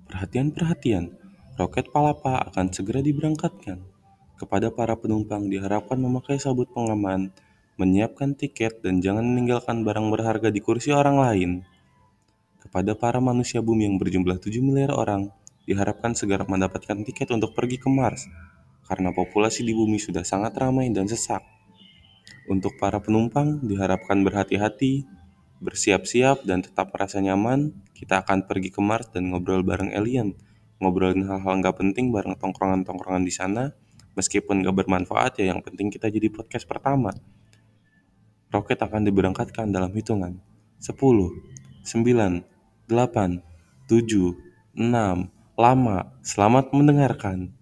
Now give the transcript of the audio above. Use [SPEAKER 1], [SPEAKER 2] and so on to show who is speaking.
[SPEAKER 1] Perhatian-perhatian, roket Palapa akan segera diberangkatkan. Kepada para penumpang diharapkan memakai sabut pengaman, menyiapkan tiket, dan jangan meninggalkan barang berharga di kursi orang lain. Kepada para manusia bumi yang berjumlah 7 miliar orang, diharapkan segera mendapatkan tiket untuk pergi ke Mars, karena populasi di bumi sudah sangat ramai dan sesak. Untuk para penumpang, diharapkan berhati-hati, bersiap-siap, dan tetap merasa nyaman. Kita akan pergi ke Mars dan ngobrol bareng alien. Ngobrolin hal-hal nggak penting bareng tongkrongan-tongkrongan di sana. Meskipun nggak bermanfaat ya, yang penting kita jadi podcast pertama. Roket akan diberangkatkan dalam hitungan 10, 9, 8, 7, 6. Lama. Selamat mendengarkan.